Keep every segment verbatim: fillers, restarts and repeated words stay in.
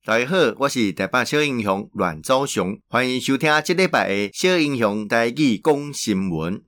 大家好，我是台北小英雄阮昭雄，欢迎收听这礼拜的小英雄台语讲新闻。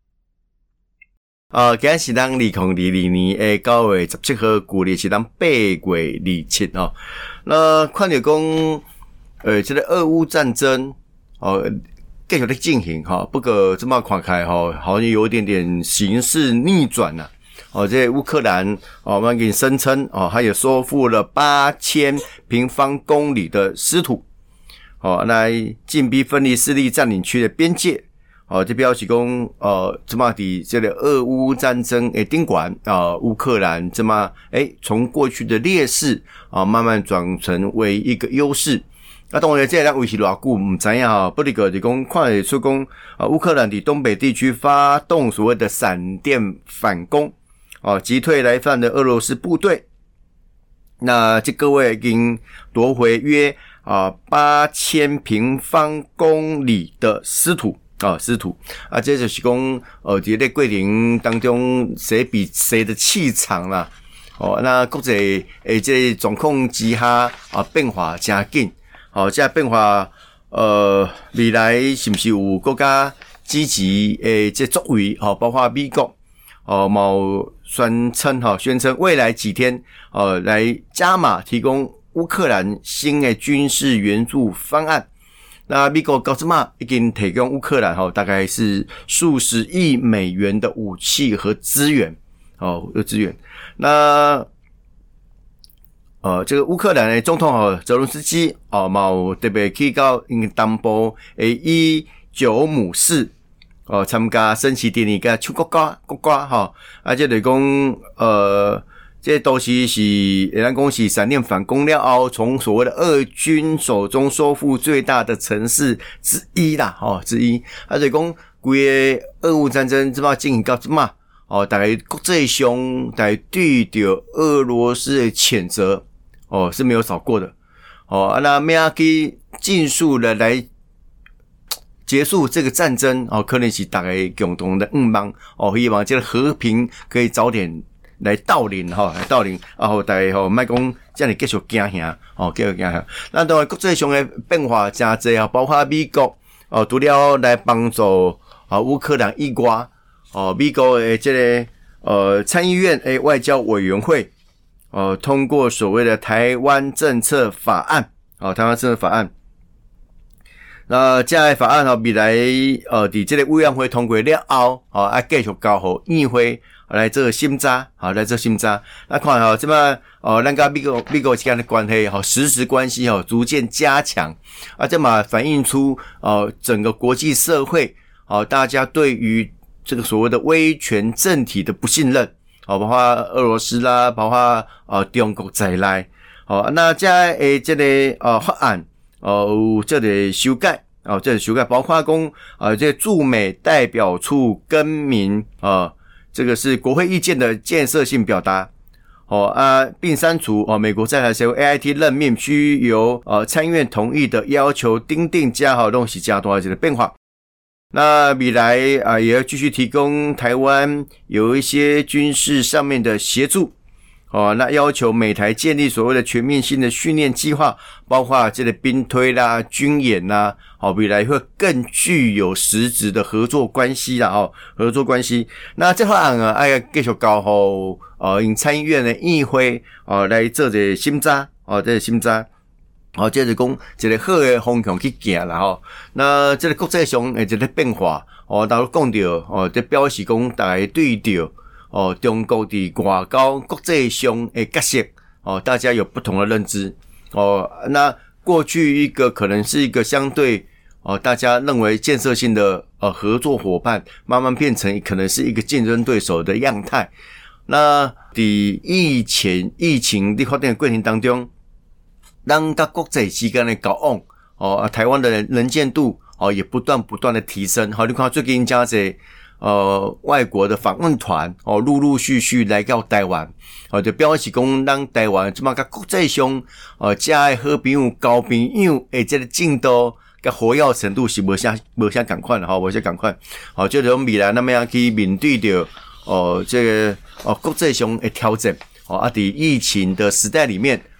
呃，今日是咱二零二二年的九月十七号，旧历是咱八月二七哦。那看到讲，呃，这个俄乌战争哦，继续在进行哈、哦，不过这么看开哈、哦，好像有一点点形势逆转了。哦，这乌克兰哦，我们给声称哦，它也收复了八千平方公里的失土，哦，来进逼分离势力占领区的边界。哦，这表示讲，呃，这么的这个俄乌战争诶顶管啊，乌克兰这么诶从过去的劣势啊，慢慢转成为一个优势。啊，当然这咱维持偌久唔知影吼，不过就讲看得出讲啊，乌克兰伫东北地区发动所谓的闪电反攻。哦，击退来犯的俄罗斯部队，那这各位已经夺回约啊八千平方公里的失土啊，失土啊，这就是讲呃，在这过程当中谁比谁的气场啦。哦，那国际诶这状况之下啊，变化真紧。哦，这变化呃，未来是不是有国家积极诶这作为？哦，包括美国。哦，某宣称哈，宣称未来几天，呃，来加码提供乌克兰新的军事援助方案。那美国高芝麻已经提供乌克兰哈，大概是数十亿美元的武器和资源，哦，有资源。那呃，这个乌克兰的总统哈泽伦斯基哦，某特别去到因东部诶伊久姆市。哦，参加升旗典礼甲唱国歌国歌吼，啊，这就是讲呃，这都是是咱讲是闪电反攻了后，从所谓的俄军手中收复最大的城市之一啦，吼、哦、之一。啊，就是讲规个俄乌战争即马进行到即马，哦，大概国际上大概对着俄罗斯的谴责，哦是没有少过的，哦，啊，那么样去尽速的来。结束这个战争哦，可能是大家共同的愿望哦，希望这个和平可以早点来到临哈，来到临，然后大家吼莫讲这样继续惊吓哦，继续惊吓。那当然国际上的变化真侪啊，包括美国哦，除了来帮助啊乌克兰以外哦，美国的这个呃参议院诶外交委员会哦通过所谓的台湾政策法案哦，台湾政策法案。那这个法案吼，未来呃，伫这个委员会通过了后，哦，啊，继续交互议会来做审查，好来做审查。那看吼，这么哦，咱甲美国美国之间的关系吼，实质关系吼，逐渐加强，啊，这么反映出哦，整个国际社会哦，大家对于这个所谓的威权政体的不信任，哦，包括俄罗斯啦，包括呃中国在内，哦，那这诶这个呃法案。哦，有这个修改哦，这个修改包括讲啊，这个驻美代表处更名啊，这个是国会意见的建设性表达哦啊，并删除哦，美国在台协会 A I T 任命需由呃参议院同意的要求，订定加好东西加多这个变化。那未来啊，也要继续提供台湾有一些军事上面的协助。哦，那要求美台建立所谓的全面性的训练计划，包括这个兵推啦、军演啦，好，未来会更具有实质的合作关系啦，哦，合作关系。那这法案啊，要继续交互呃，因参议院的议会哦来做这个审查，哦，这个审查，哦，这是讲一个好的方向去行啦，吼。那这个国际上的这个变化，哦，大家讲到哦，这表示讲大家对着。哦，中国的外交国际上的角色哦，大家有不同的认知哦。那过去一个可能是一个相对哦，大家认为建设性的呃合作伙伴，慢慢变成可能是一个竞争对手的样态。那在疫情疫情的发展的过程当中，让到国际之间的交往哦，台湾的能见度哦也不断不断的提升。好，你看最近加这。呃，外国的访问团哦，陆陆续续来到台湾，哦，就表示讲，咱台湾即马甲国际上，呃，加的好朋友、交朋友，诶，这个进度甲活跃程度是无啥无啥共款的吼，无啥共款。哦，就从未来那么样去面对着，哦，这个哦国际上的挑战，哦，啊，伫疫情的时代里面，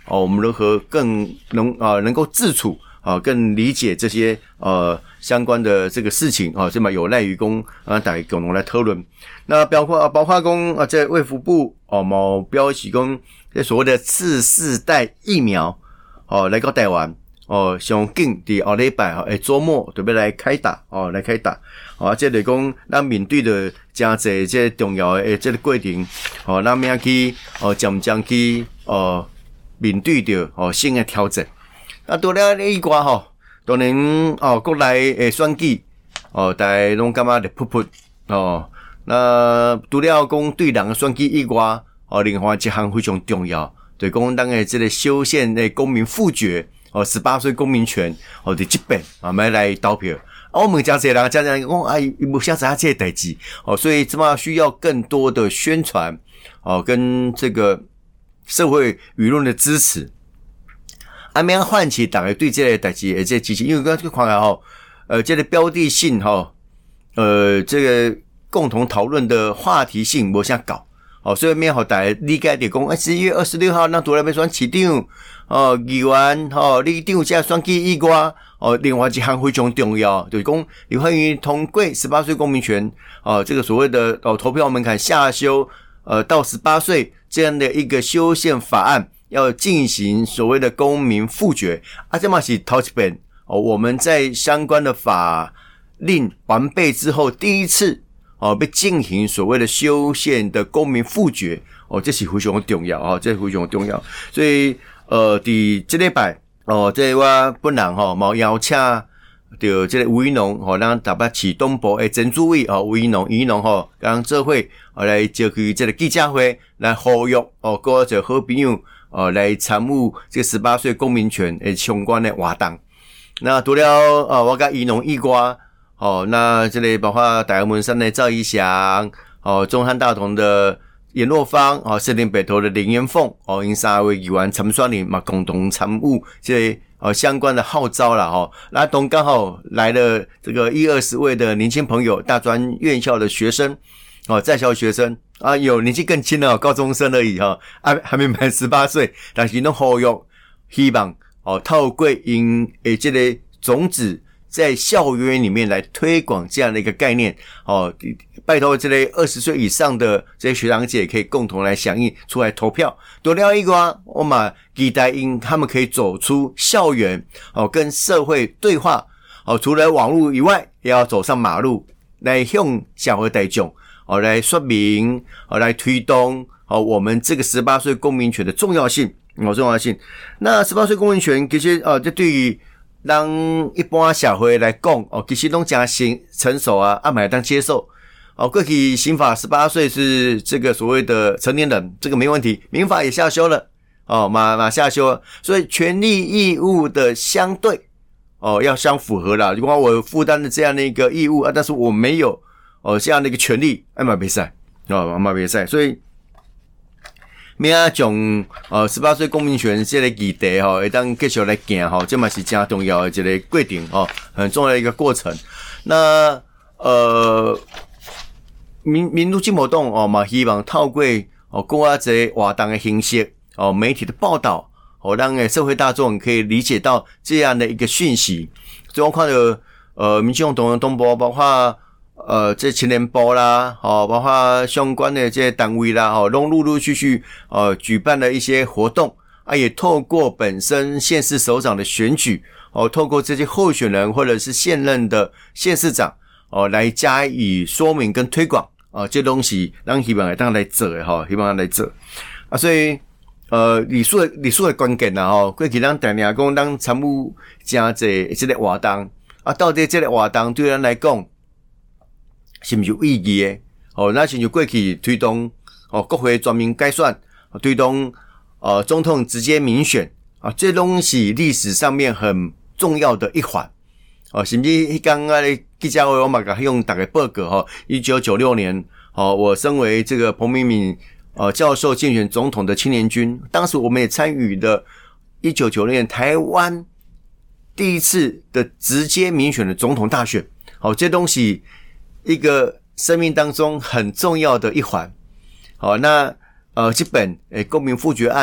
哦，我们如何更能啊、呃、能够自处啊，更理解这些呃相关的这个事情啊，这么有赖于公啊大家共同来讨论。那包括包括公啊，在卫福部哦，某标示公这所谓的次世代疫苗哦，来到台湾。哦，上紧伫后礼拜吼，诶，周末就要来开打哦，来开打。哦，即个讲咱面对着真侪即重要诶，即个过程，哦，咱要去哦，渐渐去哦，面对着哦新诶挑战。啊，除了以外吼，当然哦，国内诶选举哦，大家拢感觉咧噗噗哦。那除了讲对人诶选举以外，哦，另外一项非常重要，就讲咱诶即个修宪诶公民复决。哦，十八岁公民权哦，伫这边啊，买来投票。啊，我们讲这人，讲讲讲，哎，无啥子啊，这代志哦，所以这么需要更多的宣传哦，跟这个社会舆论的支持，啊，免唤起大家对这个代志的这支持，因为刚才看下吼，呃，这个标的性哈，呃，这个共同讨论的话题性无啥高。哦，所以免互大家理解着讲，哎，十一月二十六号咱除了要选市长、哦议员、哦里长这选举以外，哦，另外一项非常重要，就是讲有关于通过十八岁公民权，哦，这个所谓的哦投票门槛下修，呃，到十八岁这样的一个修宪法案，要进行所谓的公民复决，啊，这嘛是头一遍哦，我们在相关的法令完备之后，第一次。哦，要进行所谓的修宪的公民复决，哦，这是非常重要哦，这是非常重要。所以，呃，伫这礼拜，哦，这我本人吼，冇邀请到这个吴怡农，吼，咱台北市东部的曾主委，哦，吴怡农，怡农吼，刚做会，哦，来召开这个记者会，来呼吁，哦，各位好朋友，哦，来参与这个十八岁公民权的相关的活动。那除了，呃，我甲怡农以外。哦，那这里包括台湾文山的赵一翔，哦，中汉大同的严若芳，哦，士林北投的林延凤，哦，因三位议员参选人嘛，共同参与这些哦相关的号召啦，哈、哦，那东刚好来了这个一二十位的年轻朋友，大专院校的学生，哦，在校学生啊，有年纪更轻的、哦、高中生而已哈、哦，啊，还没满十八岁，但是拢呼吁希望哦，透过因诶这个种子。在校园里面来推广这样的一个概念，哦，拜托这类二十岁以上的这些学长姐可以共同来响应出来投票。多了一个，我们期待因他们可以走出校园，哦，跟社会对话，哦，除了网络以外，也要走上马路来向社会大众，哦，来说明，哦，来推动，哦，我们这个十八岁公民权的重要性，哦，重要性。那十八岁公民权其实，哦，这对于让一般社会来讲，哦，其实拢真成成熟啊，啊，买当接受。哦，过去刑法十八岁是这个所谓的成年人，这个没问题。民法也下修了，哦，马马下修了，所以权利义务的相对，哦，要相符合啦。如果我负担的这样的一个义务啊，但是我没有哦这样的一个权利，哎嘛别赛，哦嘛别赛，所以。明仔从呃十八岁公民权这个议题吼，会当继续来行吼，这嘛是真重要的一个规定吼，很重要的一个过程。那呃民民主进步党哦嘛，希望透过哦更加侪活动的形式哦，媒体的报道哦，让社会大众可以理解到这样的一个讯息。所以我看到呃民进党党东部包括。呃，这青年部啦，哦，包括相关的这些单位啦，哦，都陆陆续续呃举办了一些活动啊，也透过本身县市首长的选举，哦，透过这些候选人或者是现任的县市长，哦，来加以说明跟推广啊，这东西让希望当来做的哈，希望来做啊，所以呃，理数的理数的关键啦，吼，过去咱定定讲咱参与真侪这个活动啊，到底这个活动对咱来讲。是不是有意义的？哦，那像就过去推动哦国会全民改选，推动呃总统直接民选啊，这东西历史上面很重要的一环哦。甚至刚刚的记者会我嘛甲用大家报告哈，一九九六年哦，我身为这个彭明敏呃教授竞选总统的青年军，当时我们也参与的一九九六年台湾第一次的直接民选的总统大选，好、哦，这东西。一个生命当中很重要的一环，好，那呃，这本诶公民复决案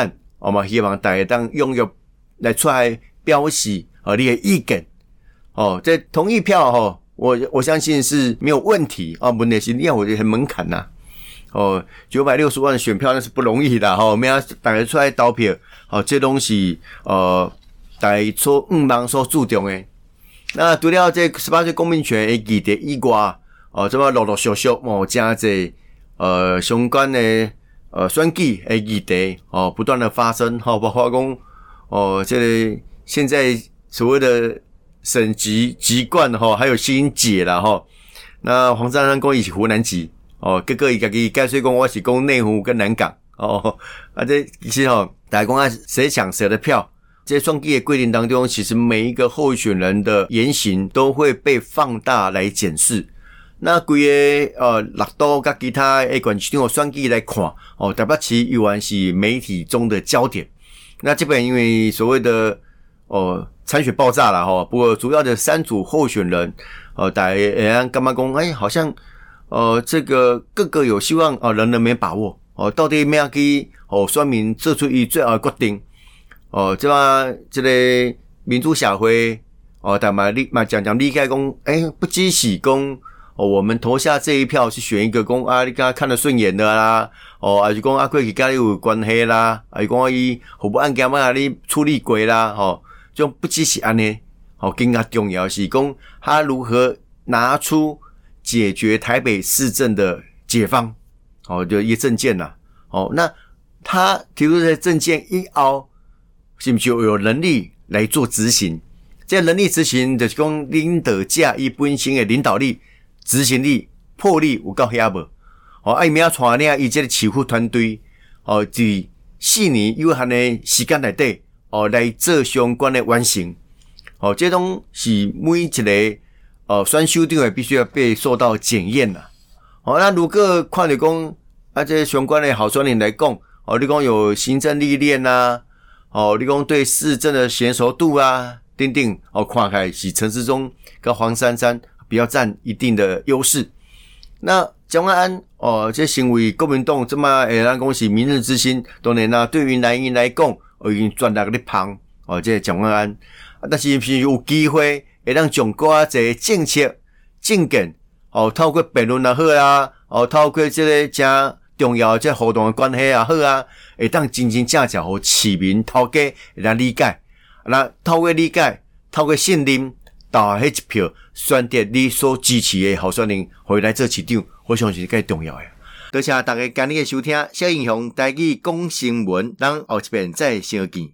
我嘛希望大家当踊跃来出来表示哦你的意见哦，这同意票哦，我我相信是没有问题啊，问题是你要有很门槛呐、啊。哦，九百六十万的选票那是不容易的哈，我们要大家出来投票，哦，这东西呃，大家所五望所注重的。那除了这十八岁公民权的议题以外，哦，这么陆陆续续哦，加这呃相关的呃选举的议题哦，不断的发生，哈、哦，包括讲哦，这个现在所谓的省级籍贯哈，还有新解啦哈。那黄珊珊讲伊是湖南籍。哦，各个伊家己解释讲我是讲内湖跟南港哦，啊这其实吼，大家讲啊谁抢谁的票，这选举的规定当中，其实每一个候选人的言行都会被放大来检视。那规个呃六都甲其他诶县市长选举来看，哦，台北市依然是媒体中的焦点。那这边因为所谓的哦参选爆炸啦吼，不过主要的三组候选人，呃，大家会感觉讲，哎，好像。呃，这个各个有希望，呃，人人没把握，哦、呃，到底咩去，哦，选民做出伊最后的决定，哦、呃，这嘛，这个民主社会，哦、呃，但嘛理嘛讲讲理解讲，诶，不只是讲，哦，我们投下这一票是选一个讲啊，你刚看得顺眼的啦，哦，还是讲啊，过去跟你有关系啦，还是讲伊何不案件嘛你处理过啦，哦，就不只是安尼，哦，更加重要是讲他如何拿出。解决台北市政的解方，哦，就一政见呐、啊，哦，那他提出的政见以后，是不是就有能力来做执行？这能力执行就是讲领导者伊本身的领导力、执行力、魄力有够遐无？哦，啊，伊要带领伊这个市府团队，哦，伫四年有限的时间内底，哦，来做相关的完成。哦，这种是每一个。呃，选首长也必须要被受到检验啦。哦，那如果看到讲啊，这相关的候选人来讲，哦，你讲有行政历练呐，哦，你讲对市政的娴熟度啊，等等，哦，看起来是陈时中跟黄珊珊比较占一定的优势。那蒋万安哦，这行为国民党这么诶，咱讲是明日之星，当然啦，对于蓝营来讲，哦，已经转到个旁哦，这蒋万安，但是是有机会。会让掌握一个政策、政见，哦，透过辩论也好啊，哦，透过这个真重要这互动的关系也好啊，会当真真正正互市民头家会当理解，那透过理解，透过信任，投迄一票，选择你所支持的候选人，回来做市长，我相信是介重要的。多谢大家今日的收听，小英雄台语讲新闻，咱后一遍再相见。